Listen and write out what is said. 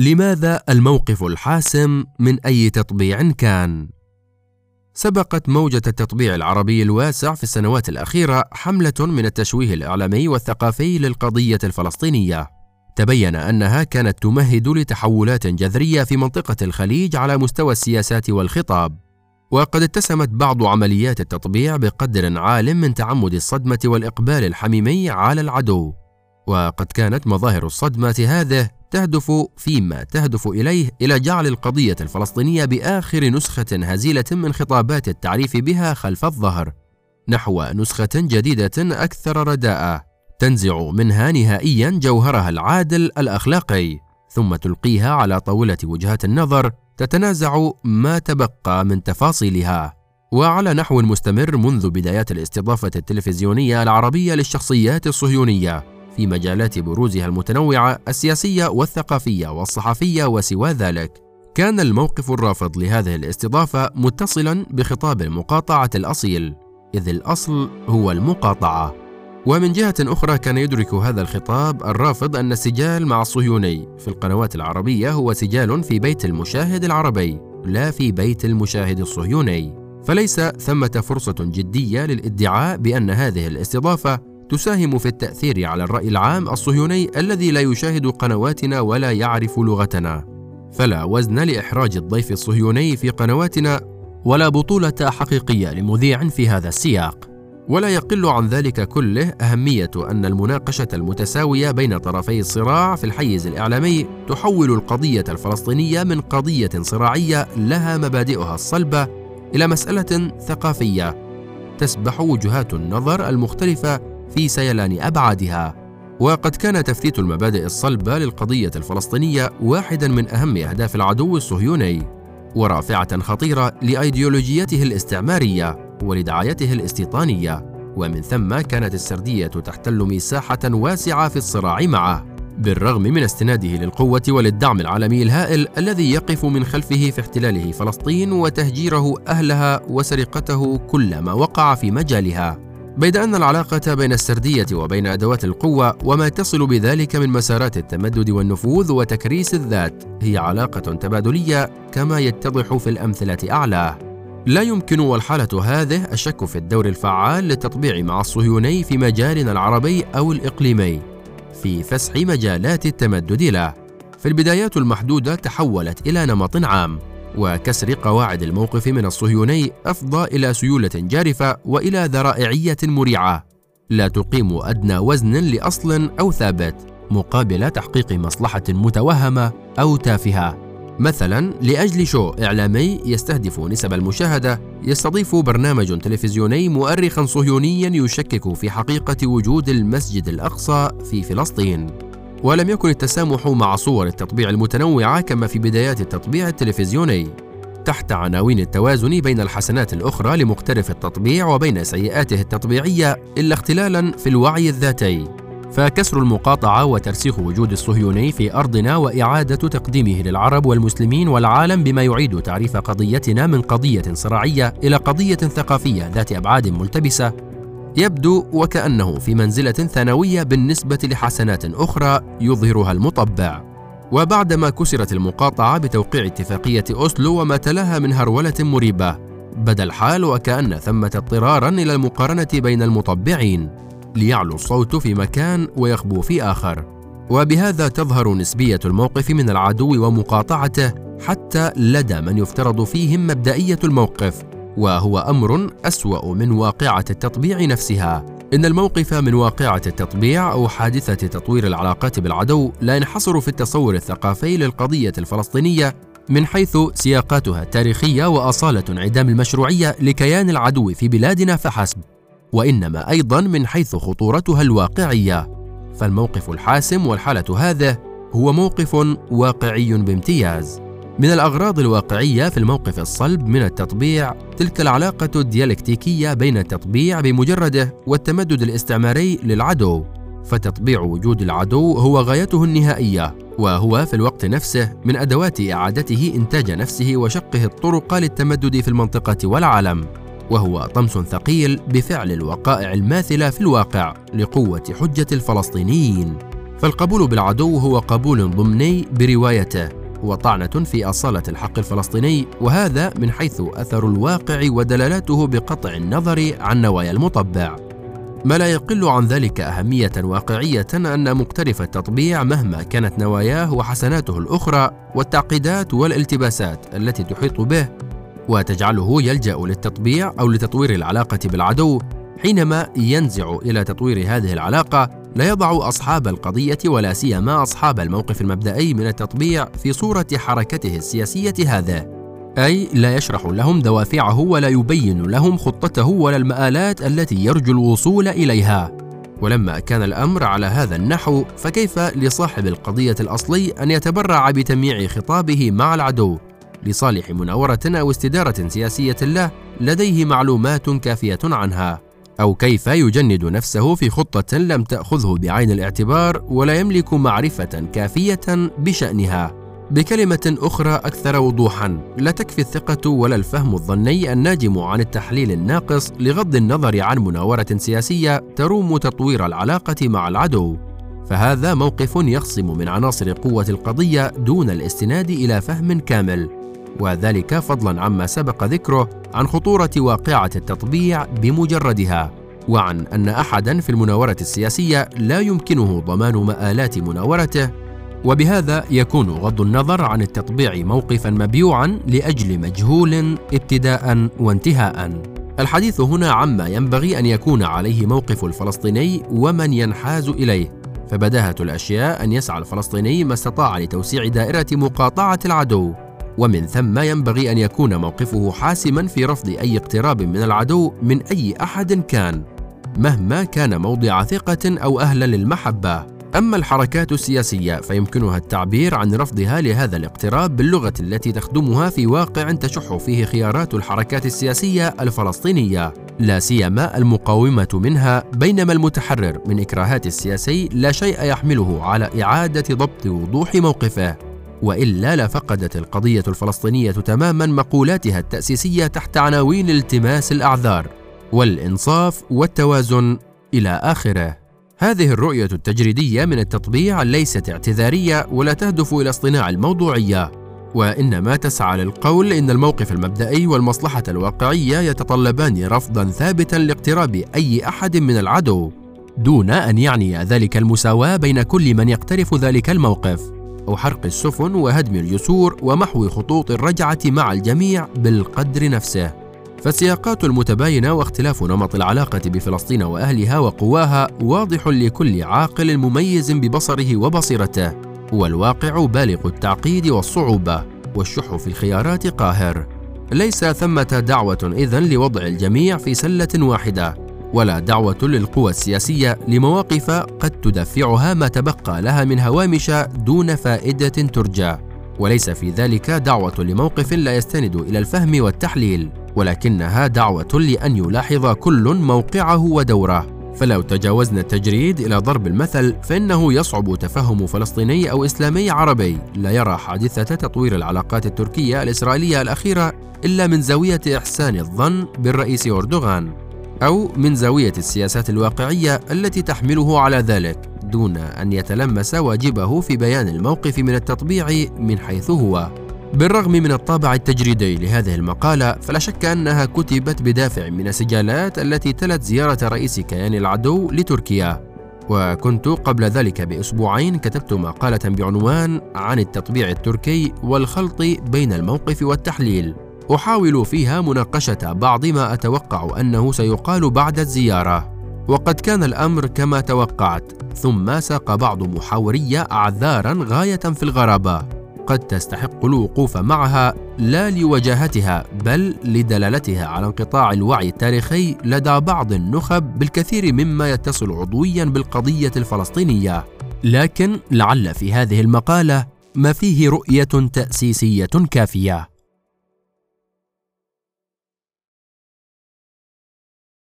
لماذا الموقف الحاسم من أي تطبيع كان؟ سبقت موجة التطبيع العربي الواسع في السنوات الأخيرة حملة من التشويه الإعلامي والثقافي للقضية الفلسطينية، تبين أنها كانت تمهد لتحولات جذرية في منطقة الخليج على مستوى السياسات والخطاب، وقد اتسمت بعض عمليات التطبيع بقدر عال من تعمد الصدمة والإقبال الحميمي على العدو، وقد كانت مظاهر الصدمة هذه تهدف إليه إلى جعل القضية الفلسطينية بآخر نسخة هزيلة من خطابات التعريف بها خلف الظهر، نحو نسخة جديدة أكثر رداءة تنزع منها نهائيا جوهرها العادل الأخلاقي، ثم تلقيها على طاولة وجهات النظر تتنازع ما تبقى من تفاصيلها، وعلى نحو مستمر منذ بدايات الاستضافة التلفزيونية العربية للشخصيات الصهيونية في مجالات بروزها المتنوعة السياسية والثقافية والصحفية وسوى ذلك. كان الموقف الرافض لهذه الاستضافة متصلا بخطاب المقاطعة الأصيل، إذ الأصل هو المقاطعة. ومن جهة أخرى كان يدرك هذا الخطاب الرافض أن السجال مع الصهيوني في القنوات العربية هو سجال في بيت المشاهد العربي لا في بيت المشاهد الصهيوني، فليس ثمة فرصة جدية للادعاء بأن هذه الاستضافة تساهم في التأثير على الرأي العام الصهيوني الذي لا يشاهد قنواتنا ولا يعرف لغتنا. فلا وزن لإحراج الضيف الصهيوني في قنواتنا ولا بطولة حقيقية لمذيع في هذا السياق. ولا يقل عن ذلك كله أهمية أن المناقشة المتساوية بين طرفي الصراع في الحيز الإعلامي تحول القضية الفلسطينية من قضية صراعية لها مبادئها الصلبة إلى مسألة ثقافية تسبح وجهات النظر المختلفة في سيلان أبعادها. وقد كان تفتيت المبادئ الصلبة للقضية الفلسطينية واحدا من أهم أهداف العدو الصهيوني، ورافعة خطيرة لأيديولوجيته الاستعمارية ولدعايته الاستيطانية، ومن ثم كانت السردية تحتل مساحة واسعة في الصراع معه، بالرغم من استناده للقوة وللدعم العالمي الهائل الذي يقف من خلفه في احتلاله فلسطين وتهجيره أهلها وسرقته كل ما وقع في مجالها. بيد أن العلاقة بين السردية وبين أدوات القوة وما تصل بذلك من مسارات التمدد والنفوذ وتكريس الذات هي علاقة تبادلية كما يتضح في الأمثلة أعلاه. لا يمكن والحالة هذه الشك في الدور الفعال للتطبيع مع الصهيوني في مجالنا العربي أو الإقليمي في فسح مجالات التمدد له. في البدايات المحدودة تحولت إلى نمط عام، وكسر قواعد الموقف من الصهيوني أفضى إلى سيولة جارفة وإلى ذرائعية مريعة لا تقيم أدنى وزن لأصل أو ثابت مقابل تحقيق مصلحة متوهمة أو تافهة. مثلا لأجل شو إعلامي يستهدف نسب المشاهدة يستضيف برنامج تلفزيوني مؤرخا صهيونيا يشكك في حقيقة وجود المسجد الأقصى في فلسطين. ولم يكن التسامح مع صور التطبيع المتنوعة كما في بدايات التطبيع التلفزيوني تحت عناوين التوازن بين الحسنات الأخرى لمقترف التطبيع وبين سيئاته التطبيعية إلا اختلالا في الوعي الذاتي. فكسر المقاطعة وترسيخ وجود الصهيوني في أرضنا وإعادة تقديمه للعرب والمسلمين والعالم بما يعيد تعريف قضيتنا من قضية صراعية إلى قضية ثقافية ذات أبعاد ملتبسة يبدو وكأنه في منزلة ثانوية بالنسبة لحسنات أخرى يظهرها المطبع. وبعدما كسرت المقاطعة بتوقيع اتفاقية أوسلو وما تلاها من هرولة مريبة، بدا الحال وكأن ثمة اضطرارا إلى المقارنة بين المطبعين ليعلو الصوت في مكان ويخبو في آخر، وبهذا تظهر نسبية الموقف من العدو ومقاطعته حتى لدى من يفترض فيهم مبدئية الموقف، وهو أمر أسوأ من واقعة التطبيع نفسها. إن الموقف من واقعة التطبيع أو حادثة تطوير العلاقات بالعدو لا ينحصر في التصور الثقافي للقضية الفلسطينية من حيث سياقاتها التاريخية وأصالة انعدام المشروعية لكيان العدو في بلادنا فحسب، وإنما أيضا من حيث خطورتها الواقعية. فالموقف الحاسم والحالة هذه هو موقف واقعي بامتياز. من الأغراض الواقعية في الموقف الصلب من التطبيع تلك العلاقة الديالكتيكية بين التطبيع بمجرده والتمدد الاستعماري للعدو، فتطبيع وجود العدو هو غايته النهائية، وهو في الوقت نفسه من أدوات إعادته إنتاج نفسه وشقه الطرق للتمدد في المنطقة والعالم، وهو طمس ثقيل بفعل الوقائع الماثلة في الواقع لقوة حجة الفلسطينيين. فالقبول بالعدو هو قبول ضمني بروايته، وطعنة في أصالة الحق الفلسطيني، وهذا من حيث أثر الواقع ودلالته بقطع النظر عن نوايا المطبع. ما لا يقل عن ذلك أهمية واقعية أن مقترف التطبيع مهما كانت نواياه وحسناته الأخرى والتعقيدات والالتباسات التي تحيط به وتجعله يلجأ للتطبيع أو لتطوير العلاقة بالعدو، حينما ينزع إلى تطوير هذه العلاقة لا يضع أصحاب القضية ولا سيما أصحاب الموقف المبدئي من التطبيع في صورة حركته السياسية هذه، أي لا يشرح لهم دوافعه ولا يبين لهم خطته ولا المآلات التي يرجو الوصول إليها. ولما كان الأمر على هذا النحو، فكيف لصاحب القضية الأصلي أن يتبرع بتمييع خطابه مع العدو لصالح مناورة أو استدارة سياسية له لديه معلومات كافية عنها، أو كيف يجند نفسه في خطة لم تأخذه بعين الاعتبار ولا يملك معرفة كافية بشأنها؟ بكلمة أخرى أكثر وضوحاً، لا تكفي الثقة ولا الفهم الظني الناجم عن التحليل الناقص لغض النظر عن مناورة سياسية تروم تطوير العلاقة مع العدو، فهذا موقف يخصم من عناصر قوة القضية دون الاستناد إلى فهم كامل، وذلك فضلاً عما سبق ذكره عن خطورة واقعة التطبيع بمجردها، وعن أن أحداً في المناورة السياسية لا يمكنه ضمان مآلات مناورته، وبهذا يكون غض النظر عن التطبيع موقفاً مبيوعاً لأجل مجهول ابتداءً وانتهاءً. الحديث هنا عما ينبغي أن يكون عليه موقف الفلسطيني ومن ينحاز إليه، فبداهة الأشياء أن يسعى الفلسطيني ما استطاع لتوسيع دائرة مقاطعة العدو، ومن ثم ينبغي أن يكون موقفه حاسماً في رفض أي اقتراب من العدو من أي أحد كان، مهما كان موضع ثقة أو أهلاً للمحبة. أما الحركات السياسية فيمكنها التعبير عن رفضها لهذا الاقتراب باللغة التي تخدمها في واقع تشح فيه خيارات الحركات السياسية الفلسطينية، لا سيما المقاومة منها، بينما المتحرر من إكراهات السياسي لا شيء يحمله على إعادة ضبط وضوح موقفه، وإلا لفقدت القضية الفلسطينية تماما مقولاتها التأسيسية تحت عناوين التماس الأعذار والإنصاف والتوازن إلى آخره. هذه الرؤية التجريدية من التطبيع ليست اعتذارية ولا تهدف إلى اصطناع الموضوعية، وإنما تسعى للقول إن الموقف المبدئي والمصلحة الواقعية يتطلبان رفضاً ثابتاً لاقتراب أي أحد من العدو، دون أن يعني ذلك المساواة بين كل من يقترف ذلك الموقف، أو حرق السفن وهدم الجسور ومحو خطوط الرجعة مع الجميع بالقدر نفسه. فالسياقات المتباينة واختلاف نمط العلاقة بفلسطين وأهلها وقواها واضح لكل عاقل مميز ببصره وبصيرته، والواقع بالغ التعقيد والصعوبة، والشح في الخيارات قاهر. ليس ثمة دعوة إذن لوضع الجميع في سلة واحدة، ولا دعوة للقوى السياسية لمواقف قد تدفعها ما تبقى لها من هوامش دون فائدة ترجى، وليس في ذلك دعوة لموقف لا يستند إلى الفهم والتحليل، ولكنها دعوة لأن يلاحظ كل موقعه ودوره. فلو تجاوزنا التجريد إلى ضرب المثل، فإنه يصعب تفهم فلسطيني أو إسلامي عربي لا يرى حادثة تطوير العلاقات التركية الإسرائيلية الأخيرة إلا من زاوية إحسان الظن بالرئيس أردوغان، أو من زاوية السياسات الواقعية التي تحمله على ذلك، دون أن يتلمس واجبه في بيان الموقف من التطبيع من حيث هو. بالرغم من الطابع التجريدي لهذه المقالة، فلا شك أنها كتبت بدافع من السجالات التي تلت زيارة رئيس كيان العدو لتركيا، وكنت قبل ذلك بأسبوعين كتبت مقالة بعنوان عن التطبيع التركي والخلط بين الموقف والتحليل، أحاول فيها مناقشة بعض ما أتوقع أنه سيقال بعد الزيارة، وقد كان الأمر كما توقعت، ثم ساق بعض محاوري أعذارا غاية في الغرابة قد تستحق الوقوف معها، لا لوجاهتها بل لدلالتها على انقطاع الوعي التاريخي لدى بعض النخب بالكثير مما يتصل عضويا بالقضية الفلسطينية. لكن لعل في هذه المقالة ما فيه رؤية تأسيسية كافية.